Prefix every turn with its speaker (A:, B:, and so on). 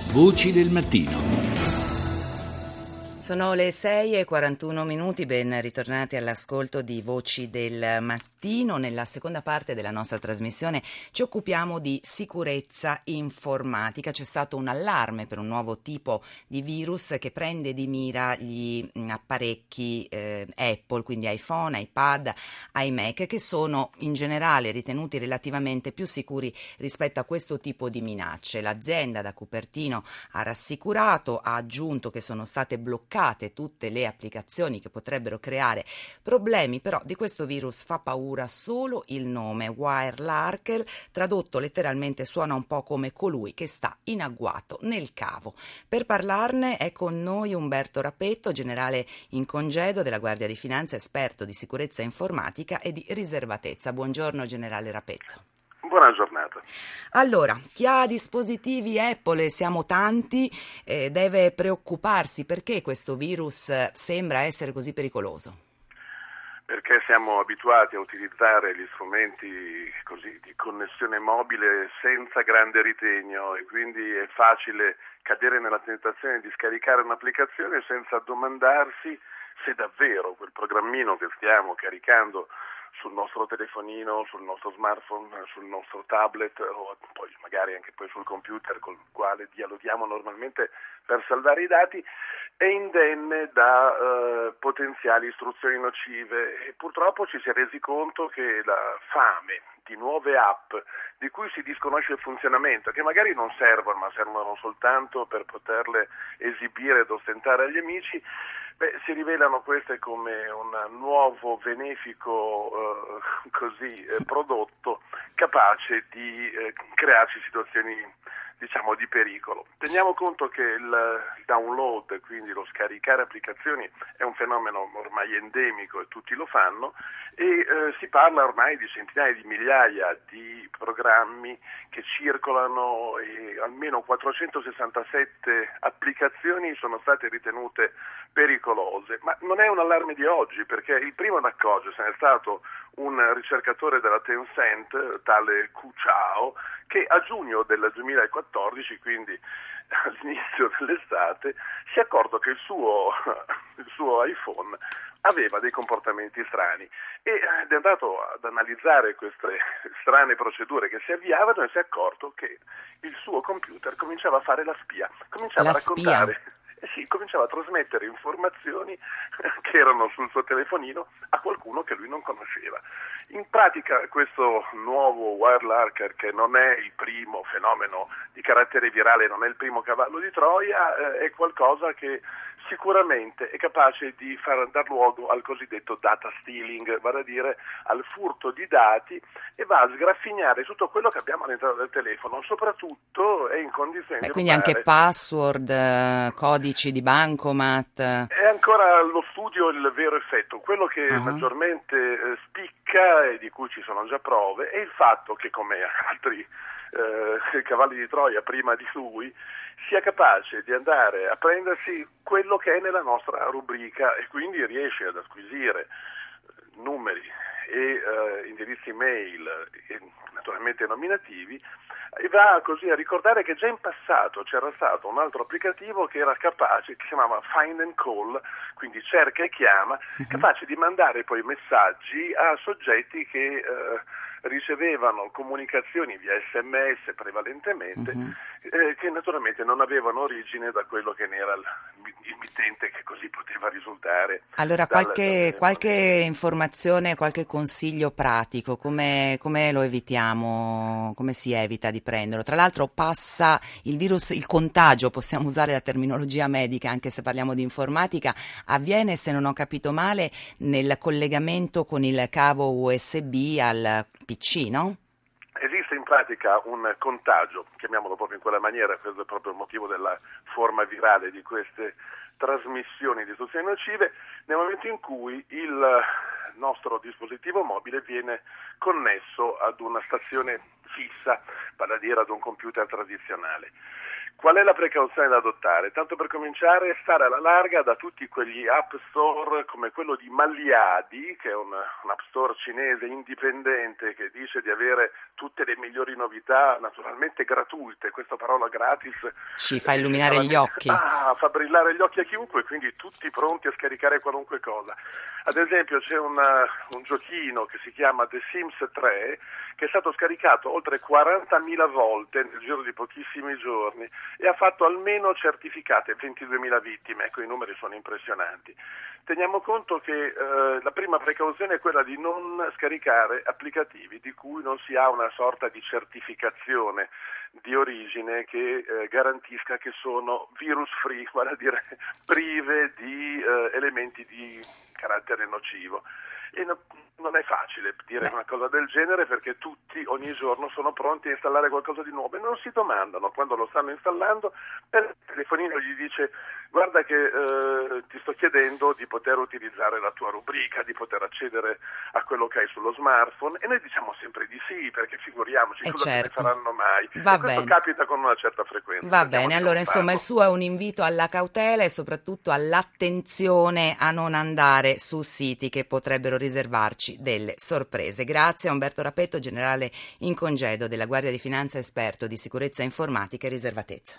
A: Voci del mattino.
B: Sono le 6:41, ben ritornati all'ascolto di Voci del Mattino. Nella seconda parte della nostra trasmissione ci occupiamo di sicurezza informatica. C'è stato un allarme per un nuovo tipo di virus che prende di mira gli apparecchi Apple, quindi iPhone, iPad, iMac, che sono in generale ritenuti relativamente più sicuri rispetto a questo tipo di minacce. L'azienda da Cupertino ha rassicurato, ha aggiunto che sono state bloccate tutte le applicazioni che potrebbero creare problemi, però di questo virus fa paura solo il nome. Wirelarker, tradotto letteralmente, suona un po' come colui che sta in agguato nel cavo. Per parlarne è con noi Umberto Rapetto, generale in congedo della Guardia di Finanza, esperto di sicurezza informatica e di riservatezza. Buongiorno generale Rapetto.
C: Buona giornata.
B: Allora, chi ha dispositivi Apple, e siamo tanti, deve preoccuparsi. Perché questo virus sembra essere così pericoloso?
C: Perché siamo abituati a utilizzare gli strumenti così di connessione mobile senza grande ritegno e quindi è facile cadere nella tentazione di scaricare un'applicazione senza domandarsi se davvero quel programmino che stiamo caricando sul nostro telefonino, sul nostro smartphone, sul nostro tablet o poi magari anche poi sul computer col quale dialoghiamo normalmente per salvare i dati, è indenne da potenziali istruzioni nocive e purtroppo ci si è resi conto che la fame di nuove app di cui si disconosce il funzionamento, che magari non servono, ma servono soltanto per poterle esibire ed ostentare agli amici, si rivelano queste come un nuovo benefico prodotto capace di crearci situazioni di pericolo. Teniamo conto che il download, quindi lo scaricare applicazioni, è un fenomeno ormai endemico e tutti lo fanno e si parla ormai di centinaia di migliaia di programmi che circolano e almeno 467 applicazioni sono state ritenute pericolose, ma non è un allarme di oggi, perché il primo ad accorgersene è stato un ricercatore della Tencent, tale Ku Chao, che a giugno del 2014, quindi all'inizio dell'estate, si è accorto che il suo iPhone aveva dei comportamenti strani ed è andato ad analizzare queste strane procedure che si avviavano e si è accorto che il suo computer cominciava a fare la spia, cominciava a raccontare. Cominciava a trasmettere informazioni che erano sul suo telefonino a qualcuno che lui non conosceva. In pratica questo nuovo Wirelarker, che non è il primo fenomeno di carattere virale, non è il primo cavallo di Troia, è qualcosa che sicuramente è capace di dar luogo al cosiddetto data stealing, vale a dire al furto di dati, e va a sgraffignare tutto quello che abbiamo all'interno del telefono, soprattutto è in condizioni di
B: quindi anche password, codici di bancomat.
C: È ancora allo studio il vero effetto. Quello che maggiormente spicca e di cui ci sono già prove è il fatto che, come altri cavalli di Troia prima di lui, sia capace di andare a prendersi quello che è nella nostra rubrica e quindi riesce ad acquisire numeri e indirizzi mail e naturalmente nominativi, e va così a ricordare che già in passato c'era stato un altro applicativo che era capace, che si chiamava Find and Call, quindi cerca e chiama, capace di mandare poi messaggi a soggetti che ricevevano comunicazioni via SMS prevalentemente, che naturalmente non avevano origine da quello che ne era il mittente, che così poteva risultare.
B: Allora qualche informazione, qualche consiglio pratico, come lo evitiamo, come si evita di prenderlo? Tra l'altro passa il virus, il contagio, possiamo usare la terminologia medica anche se parliamo di informatica, avviene, se non ho capito male, nel collegamento con il cavo USB al PC, no?
C: Esiste in pratica un contagio, chiamiamolo proprio in quella maniera, questo è proprio il motivo della forma virale di queste trasmissioni di istruzioni nocive, nel momento in cui il nostro dispositivo mobile viene connesso ad una stazione fissa, vale a dire ad un computer tradizionale. Qual è la precauzione da adottare? Tanto per cominciare, stare alla larga da tutti quegli app store come quello di Maliadi, che è un app store cinese indipendente che dice di avere tutte le migliori novità, naturalmente gratuite. Questa parola gratis
B: ci fa illuminare gli occhi.
C: Fa brillare gli occhi a chiunque, quindi tutti pronti a scaricare qualunque cosa. Ad esempio c'è un giochino che si chiama The Sims 3 che è stato scaricato oltre 40.000 volte nel giro di pochissimi giorni e ha fatto almeno certificate 22.000 vittime. Ecco, i numeri sono impressionanti. Teniamo conto che la prima precauzione è quella di non scaricare applicativi di cui non si ha una sorta di certificazione di origine che garantisca che sono virus free, vale a dire prive di elementi di carattere nocivo. E non è facile dire una cosa del genere perché tutti ogni giorno sono pronti a installare qualcosa di nuovo e non si domandano quando lo stanno installando, per il telefonino gli dice guarda che ti sto chiedendo di poter utilizzare la tua rubrica, di poter accedere a quello che hai sullo smartphone, e noi diciamo sempre di sì perché figuriamoci cosa ne faranno mai. Questo capita con una certa frequenza.
B: Va bene, allora insomma il suo è un invito alla cautela e soprattutto all'attenzione a non andare su siti che potrebbero riservarci delle sorprese. Grazie a Umberto Rapetto, generale in congedo della Guardia di Finanza, esperto di sicurezza informatica e riservatezza.